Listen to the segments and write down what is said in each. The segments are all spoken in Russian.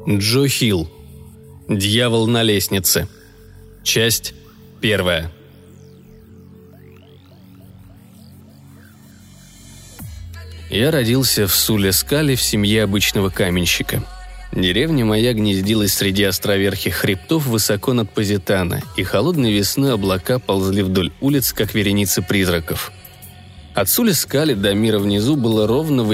Джо Хилл. Дьявол на лестнице. Часть 1. Я родился в Суле-Скале в семье обычного каменщика. Деревня моя гнездилась среди островерхих хребтов высоко над Позитано, и холодной весной облака ползли вдоль улиц, как вереницы призраков. От Суле-Скали до мира внизу было ровно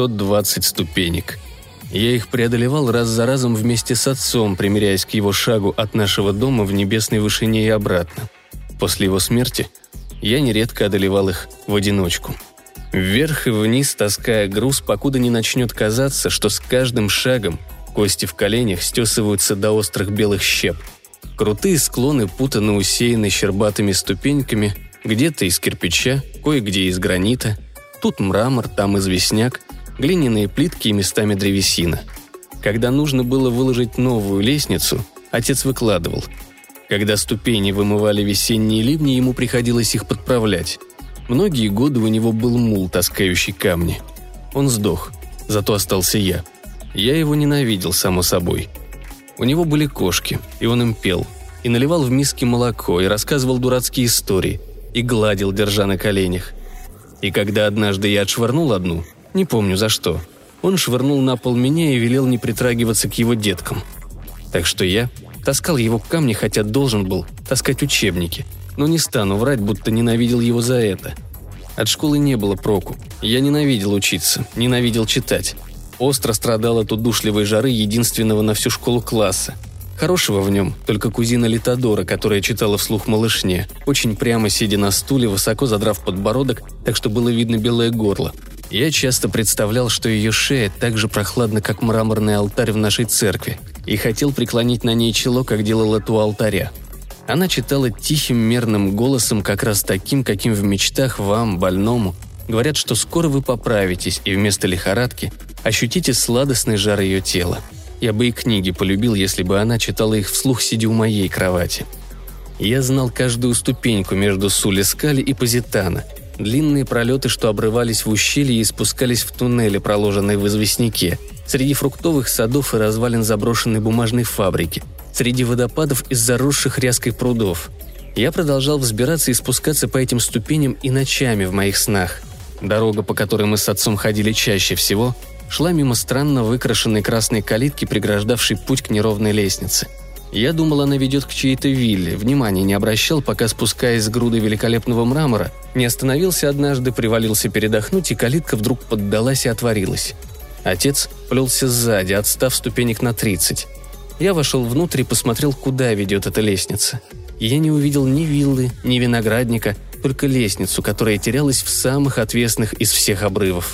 820 ступенек. Я их преодолевал раз за разом вместе с отцом, примиряясь к его шагу от нашего дома в небесной вышине и обратно. После его смерти я нередко одолевал их в одиночку. Вверх и вниз, таская груз, покуда не начнет казаться, что с каждым шагом кости в коленях стесываются до острых белых щеп. Крутые склоны путано усеяны щербатыми ступеньками, где-то из кирпича, кое-где из гранита. Тут мрамор, там известняк, глиняные плитки и местами древесина. Когда нужно было выложить новую лестницу, отец выкладывал. Когда ступени вымывали весенние ливни, ему приходилось их подправлять. Многие годы у него был мул, таскающий камни. Он сдох, зато остался я. Я его ненавидел, само собой. У него были кошки, и он им пел, и наливал в миски молоко, и рассказывал дурацкие истории, и гладил, держа на коленях. И когда однажды я отшвырнул одну, не помню за что, он швырнул на пол меня и велел не притрагиваться к его деткам. Так что я таскал его камни, хотя должен был таскать учебники, но не стану врать, будто ненавидел его за это. От школы не было проку. Я ненавидел учиться, ненавидел читать. Остро страдал от удушливой жары единственного на всю школу класса. Хорошего в нем только кузина Литодора, которая читала вслух малышне, очень прямо сидя на стуле, высоко задрав подбородок, так что было видно белое горло. Я часто представлял, что ее шея так же прохладна, как мраморный алтарь в нашей церкви, и хотел преклонить на ней чело, как делал это у алтаря. Она читала тихим мерным голосом, как раз таким, каким в мечтах вам, больному, говорят, что скоро вы поправитесь, и вместо лихорадки ощутите сладостный жар ее тела. Я бы и книги полюбил, если бы она читала их вслух, сидя у моей кровати. Я знал каждую ступеньку между Суле-Скали и Позитано, длинные пролеты, что обрывались в ущелье и спускались в туннели, проложенные в известняке, среди фруктовых садов и развалин заброшенной бумажной фабрики, среди водопадов из заросших ряской прудов. Я продолжал взбираться и спускаться по этим ступеням и ночами в моих снах. Дорога, по которой мы с отцом ходили чаще всего, шла мимо странно выкрашенной красной калитки, преграждавшей путь к неровной лестнице. Я думал, она ведет к чьей-то вилле, внимания не обращал, пока, спускаясь с груды великолепного мрамора, не остановился однажды, привалился передохнуть, и калитка вдруг поддалась и отворилась. Отец плелся сзади, отстав ступенек на 30. Я вошел внутрь и посмотрел, куда ведет эта лестница. Я не увидел ни виллы, ни виноградника, только лестницу, которая терялась в самых отвесных из всех обрывов.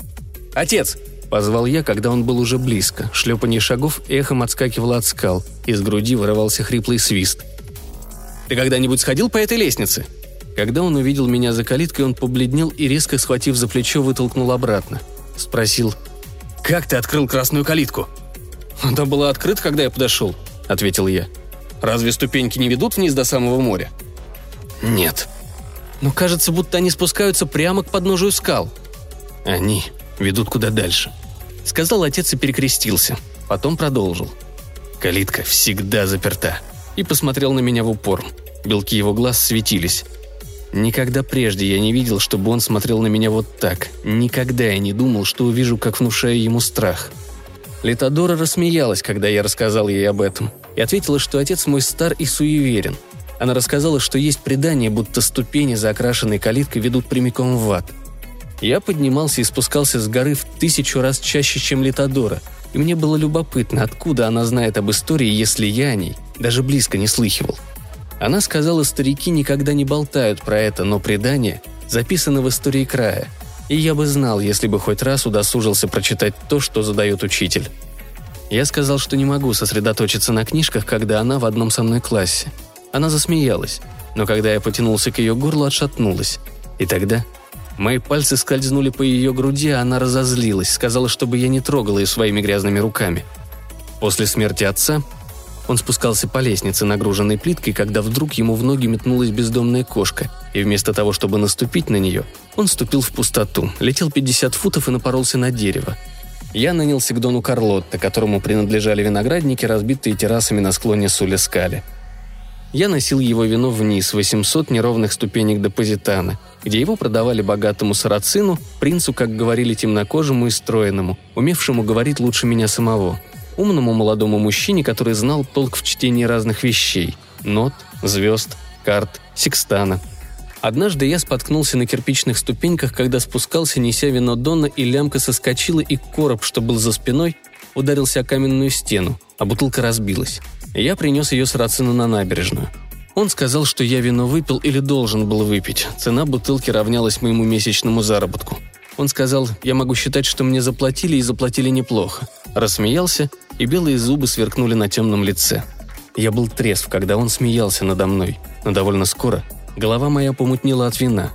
«Отец!» – позвал я, когда он был уже близко. Шлепанье шагов эхом отскакивало от скал, из груди вырывался хриплый свист. «Ты когда-нибудь сходил по этой лестнице?» Когда он увидел меня за калиткой, он побледнел и, резко схватив за плечо, вытолкнул обратно. Спросил: «Как ты открыл красную калитку?» «Она была открыта, когда я подошел», – ответил я. «Разве ступеньки не ведут вниз до самого моря?» «Нет. Но кажется, будто они спускаются прямо к подножию скал». «Они ведут куда дальше», – сказал отец и перекрестился. Потом продолжил. «Калитка всегда заперта». И посмотрел на меня в упор. Белки его глаз светились. Никогда прежде я не видел, чтобы он смотрел на меня вот так. Никогда я не думал, что увижу, как внушаю ему страх. Литодора рассмеялась, когда я рассказал ей об этом, и ответила, что отец мой стар и суеверен. Она рассказала, что есть предание, будто ступени за окрашенной калиткой ведут прямиком в ад. Я поднимался и спускался с горы в 1000 раз чаще, чем Литодора, и мне было любопытно, откуда она знает об истории, если я о ней даже близко не слыхивал. Она сказала, старики никогда не болтают про это, но предание записано в истории края, и я бы знал, если бы хоть раз удосужился прочитать то, что задает учитель. Я сказал, что не могу сосредоточиться на книжках, когда она в одном со мной классе. Она засмеялась, но когда я потянулся к ее горлу, отшатнулась. И тогда мои пальцы скользнули по ее груди, а она разозлилась, сказала, чтобы я не трогал ее своими грязными руками. После смерти отца он спускался по лестнице, нагруженной плиткой, когда вдруг ему в ноги метнулась бездомная кошка, и вместо того, чтобы наступить на нее, он ступил в пустоту, летел 50 футов и напоролся на дерево. Я нанялся к Дону Карлотто, которому принадлежали виноградники, разбитые террасами на склоне Суле-Скале. Я носил его вино вниз, 800 неровных ступенек до Позитано, где его продавали богатому сарацину, принцу, как говорили, темнокожему и стройному, умевшему говорить лучше меня самого, умному молодому мужчине, который знал толк в чтении разных вещей – нот, звезд, карт, секстана. Однажды я споткнулся на кирпичных ступеньках, когда спускался, неся вино Дона, и лямка соскочила, и короб, что был за спиной, ударился о каменную стену, а бутылка разбилась. Я принес ее сарацину на набережную. Он сказал, что я вино выпил или должен был выпить. Цена бутылки равнялась моему месячному заработку. Он сказал, я могу считать, что мне заплатили, и заплатили неплохо. Рассмеялся, и белые зубы сверкнули на темном лице. Я был трезв, когда он смеялся надо мной, но довольно скоро голова моя помутнела от вина.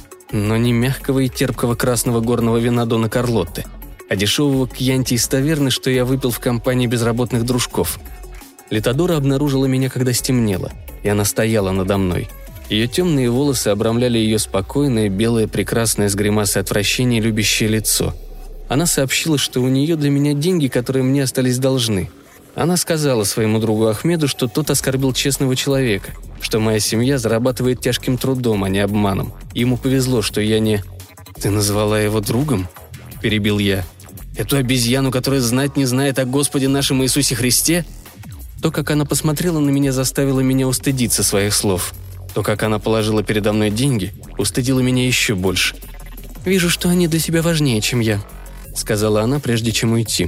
Но не мягкого и терпкого красного горного вина Дона Карлотты, а дешевого кьянти из таверны, что я выпил в компании безработных дружков. Литодора обнаружила меня, когда стемнело, и она стояла надо мной. Ее темные волосы обрамляли ее спокойное, белое, прекрасное, с гримасой отвращения любящее лицо. Она сообщила, что у нее для меня деньги, которые мне остались должны. Она сказала своему другу Ахмеду, что тот оскорбил честного человека, что моя семья зарабатывает тяжким трудом, а не обманом. Ему повезло, что я не... «Ты назвала его другом?» – перебил я. «Эту обезьяну, которая знать не знает о Господе нашем Иисусе Христе?» То, как она посмотрела на меня, заставило меня устыдиться своих слов. То, как она положила передо мной деньги, устыдило меня еще больше. «Вижу, что они для тебя важнее, чем я», – сказала она, прежде чем уйти.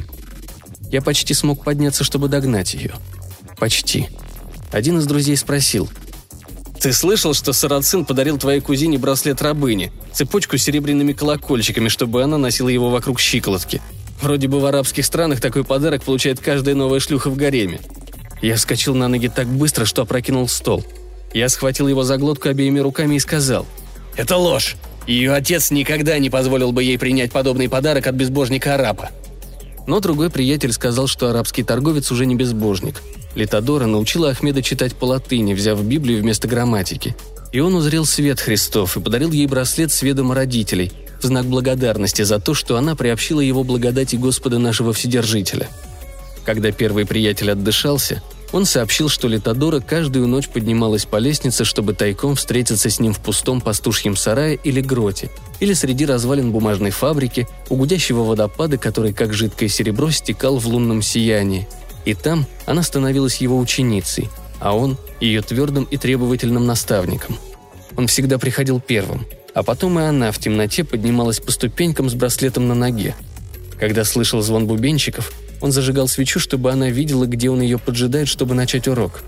Я почти смог подняться, чтобы догнать ее. Почти. Один из друзей спросил. «Ты слышал, что сарацин подарил твоей кузине браслет рабыни, цепочку с серебряными колокольчиками, чтобы она носила его вокруг щиколотки? Вроде бы в арабских странах такой подарок получает каждая новая шлюха в гареме». Я вскочил на ноги так быстро, что опрокинул стол. Я схватил его за глотку обеими руками и сказал. «Это ложь! Ее отец никогда не позволил бы ей принять подобный подарок от безбожника-араба». Но другой приятель сказал, что арабский торговец уже не безбожник. Литодора научила Ахмеда читать по латыни, взяв Библию вместо грамматики. И он узрел свет Христов и подарил ей браслет с ведома родителей, в знак благодарности за то, что она приобщила его благодати Господа нашего Вседержителя. Когда первый приятель отдышался, он сообщил, что Литодора каждую ночь поднималась по лестнице, чтобы тайком встретиться с ним в пустом пастушьем сарае или гроте, или среди развалин бумажной фабрики, у гудящего водопада, который, как жидкое серебро, стекал в лунном сиянии. И там она становилась его ученицей, а он – ее твердым и требовательным наставником. Он всегда приходил первым, а потом и она в темноте поднималась по ступенькам с браслетом на ноге. Когда слышал звон бубенчиков, он зажигал свечу, чтобы она видела, где он ее поджидает, чтобы начать урок.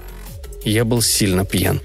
Я был сильно пьян.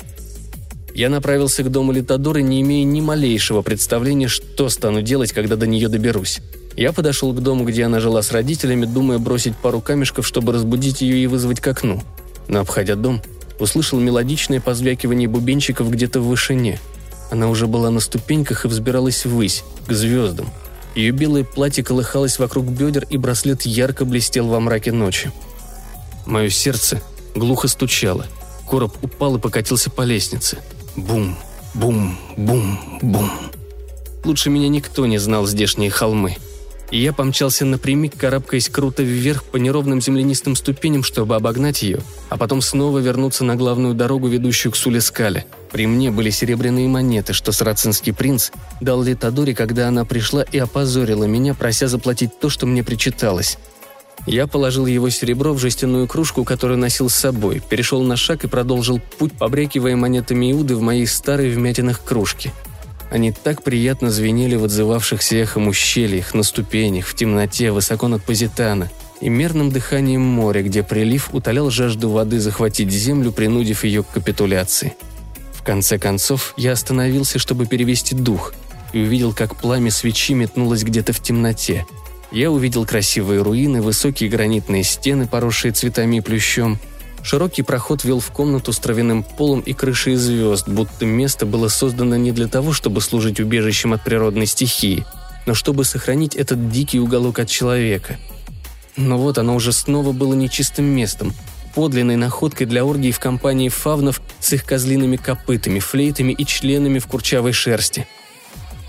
Я направился к дому Литодоры, не имея ни малейшего представления, что стану делать, когда до нее доберусь. Я подошел к дому, где она жила с родителями, думая бросить пару камешков, чтобы разбудить ее и вызвать к окну. Но, обходя дом, услышал мелодичное позвякивание бубенчиков где-то в вышине. Она уже была на ступеньках и взбиралась ввысь, к звездам. Ее белое платье колыхалось вокруг бедер, и браслет ярко блестел во мраке ночи. Мое сердце глухо стучало. Короб упал и покатился по лестнице. Бум, бум, бум, бум. Лучше меня никто не знал здешние холмы. И я помчался напрямик, карабкаясь круто вверх по неровным землянистым ступеням, чтобы обогнать ее, а потом снова вернуться на главную дорогу, ведущую к Суле-Скале. При мне были серебряные монеты, что сарацинский принц дал Литодоре, когда она пришла и опозорила меня, прося заплатить то, что мне причиталось. Я положил его серебро в жестяную кружку, которую носил с собой, перешел на шаг и продолжил путь, побрякивая монетами Иуды в моей старой вмятинах кружке. Они так приятно звенели в отзывавшихся эхом ущельях, на ступенях, в темноте, высоко над Позитано, и мерным дыханием моря, где прилив утолял жажду воды захватить землю, принудив ее к капитуляции. В конце концов, я остановился, чтобы перевести дух, и увидел, как пламя свечи метнулось где-то в темноте. Я увидел красивые руины, высокие гранитные стены, поросшие цветами и плющом. Широкий проход вел в комнату с травяным полом и крышей звезд, будто место было создано не для того, чтобы служить убежищем от природной стихии, но чтобы сохранить этот дикий уголок от человека. Но вот оно уже снова было нечистым местом, подлинной находкой для оргий в компании фавнов с их козлиными копытами, флейтами и членами в курчавой шерсти.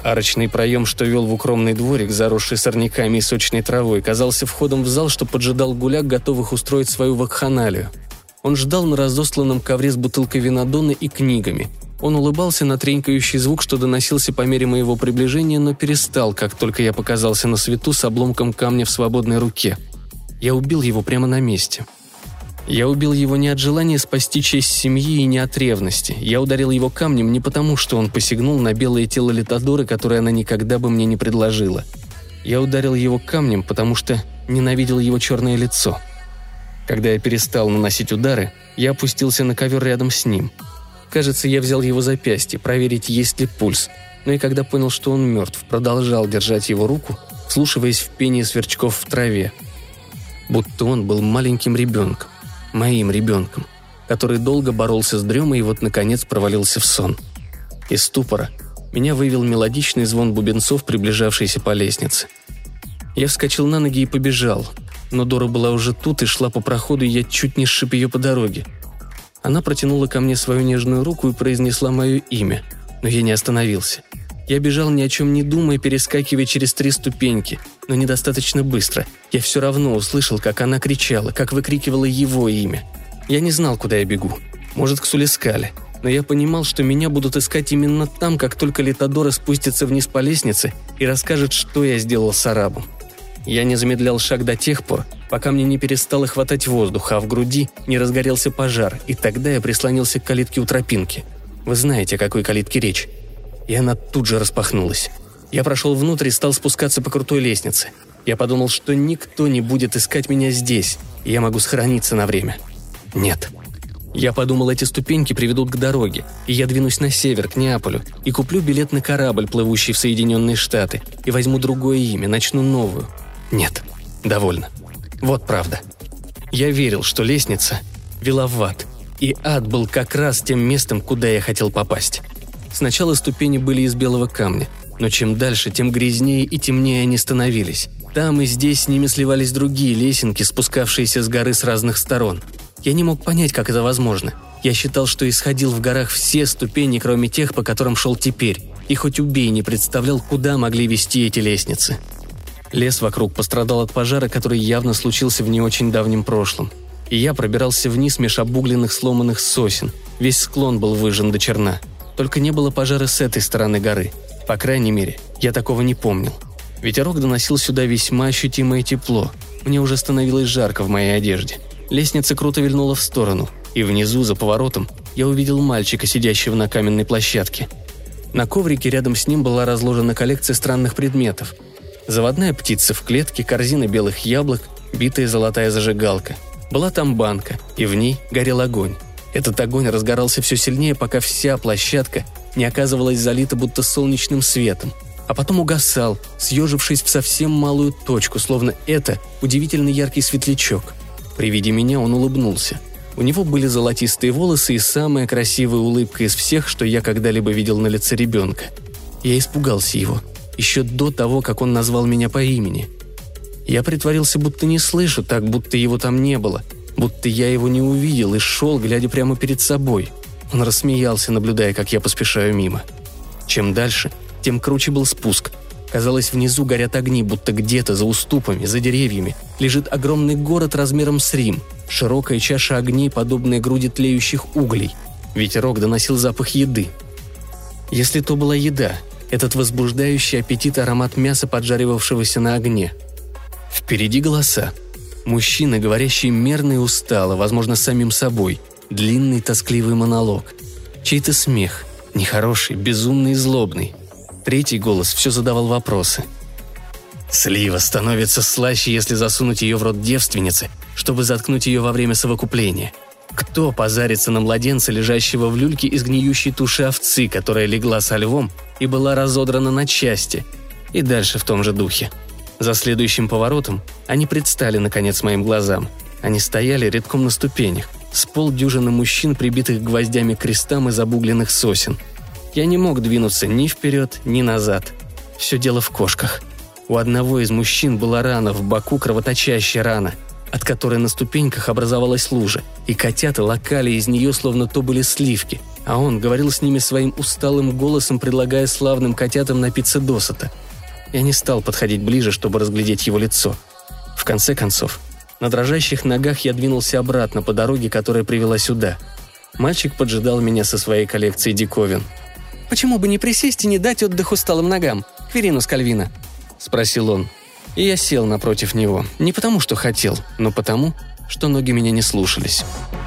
Арочный проем, что вел в укромный дворик, заросший сорняками и сочной травой, казался входом в зал, что поджидал гуляк, готовых устроить свою вакханалию. Он ждал на разосланном ковре с бутылкой винодона и книгами. Он улыбался на тренькающий звук, что доносился по мере моего приближения, но перестал, как только я показался на свету с обломком камня в свободной руке. Я убил его прямо на месте. Я убил его не от желания спасти честь семьи и не от ревности. Я ударил его камнем не потому, что он посягнул на белое тело Летодоры, которое она никогда бы мне не предложила. Я ударил его камнем, потому что ненавидел его черное лицо. Когда я перестал наносить удары, я опустился на ковер рядом с ним. Кажется, я взял его запястье, проверить, есть ли пульс. Но и когда понял, что он мертв, продолжал держать его руку, вслушиваясь в пение сверчков в траве. Будто он был маленьким ребенком. Моим ребенком, который долго боролся с дремой и вот, наконец, провалился в сон. Из ступора меня вывел мелодичный звон бубенцов, приближавшийся по лестнице. Я вскочил на ноги и побежал, но Дора была уже тут и шла по проходу, и я чуть не сшиб ее по дороге. Она протянула ко мне свою нежную руку и произнесла мое имя, но я не остановился. Я бежал ни о чем не думая, перескакивая через 3 ступеньки, но недостаточно быстро. Я все равно услышал, как она кричала, как выкрикивала его имя. Я не знал, куда я бегу. Может, к Сулескале. Но я понимал, что меня будут искать именно там, как только Летодора спустится вниз по лестнице и расскажет, что я сделал с арабом. Я не замедлял шаг до тех пор, пока мне не перестало хватать воздуха, а в груди не разгорелся пожар, и тогда я прислонился к калитке у тропинки. Вы знаете, о какой калитке речь. И она тут же распахнулась. Я прошел внутрь и стал спускаться по крутой лестнице. Я подумал, что никто не будет искать меня здесь, и я могу сохраниться на время. Нет. Я подумал, эти ступеньки приведут к дороге, и я двинусь на север, к Неаполю, и куплю билет на корабль, плывущий в Соединенные Штаты, и возьму другое имя, начну новую. Нет, довольно. Вот правда. Я верил, что лестница вела в ад, и ад был как раз тем местом, куда я хотел попасть. Сначала ступени были из белого камня, но чем дальше, тем грязнее и темнее они становились. Там и здесь с ними сливались другие лесенки, спускавшиеся с горы с разных сторон. Я не мог понять, как это возможно. Я считал, что исходил в горах все ступени, кроме тех, по которым шел теперь, и хоть убей не представлял, куда могли вести эти лестницы. Лес вокруг пострадал от пожара, который явно случился в не очень давнем прошлом. И я пробирался вниз меж обугленных сломанных сосен. Весь склон был выжжен до черна. Только не было пожара с этой стороны горы. По крайней мере, я такого не помнил. Ветерок доносил сюда весьма ощутимое тепло. Мне уже становилось жарко в моей одежде. Лестница круто вильнула в сторону, и внизу, за поворотом, я увидел мальчика, сидящего на каменной площадке. На коврике рядом с ним была разложена коллекция странных предметов. Заводная птица в клетке, корзина белых яблок, битая золотая зажигалка. Была там банка, и в ней горел огонь. Этот огонь разгорался все сильнее, пока вся площадка не оказывалась залита будто солнечным светом, а потом угасал, съежившись в совсем малую точку, словно это удивительно яркий светлячок. При виде меня он улыбнулся. У него были золотистые волосы и самая красивая улыбка из всех, что я когда-либо видел на лице ребенка. Я испугался его, еще до того, как он назвал меня по имени. Я притворился, будто не слышу, так будто его там не было, будто я его не увидел и шел, глядя прямо перед собой. Он рассмеялся, наблюдая, как я поспешаю мимо. Чем дальше, тем круче был спуск. Казалось, внизу горят огни, будто где-то за уступами, за деревьями, лежит огромный город размером с Рим, широкая чаша огней, подобная груди тлеющих углей. Ветерок доносил запах еды. Если то была еда, этот возбуждающий аппетит аромат мяса, поджаривавшегося на огне. Впереди голоса. Мужчина, говорящий мерно и устало, возможно, самим собой. Длинный тоскливый монолог. Чей-то смех. Нехороший, безумный и злобный. Третий голос все задавал вопросы. Слива становится слаще, если засунуть ее в рот девственницы, чтобы заткнуть ее во время совокупления. Кто позарится на младенца, лежащего в люльке из гниющей туши овцы, которая легла со львом и была разодрана на части? И дальше в том же духе. За следующим поворотом они предстали, наконец, моим глазам. Они стояли редком на ступенях, с полдюжины мужчин, прибитых гвоздями к крестам из обугленных сосен. Я не мог двинуться ни вперед, ни назад. Все дело в кошках. У одного из мужчин была рана в боку, кровоточащая рана, от которой на ступеньках образовалась лужа, и котята лакали из нее, словно то были сливки. А он говорил с ними своим усталым голосом, предлагая славным котятам напиться досыта. Я не стал подходить ближе, чтобы разглядеть его лицо. В конце концов, на дрожащих ногах я двинулся обратно по дороге, которая привела сюда. Мальчик поджидал меня со своей коллекцией диковин. «Почему бы не присесть и не дать отдых усталым ногам, Кверинус Кальвина?» – спросил он. И я сел напротив него, не потому что хотел, но потому, что ноги меня не слушались.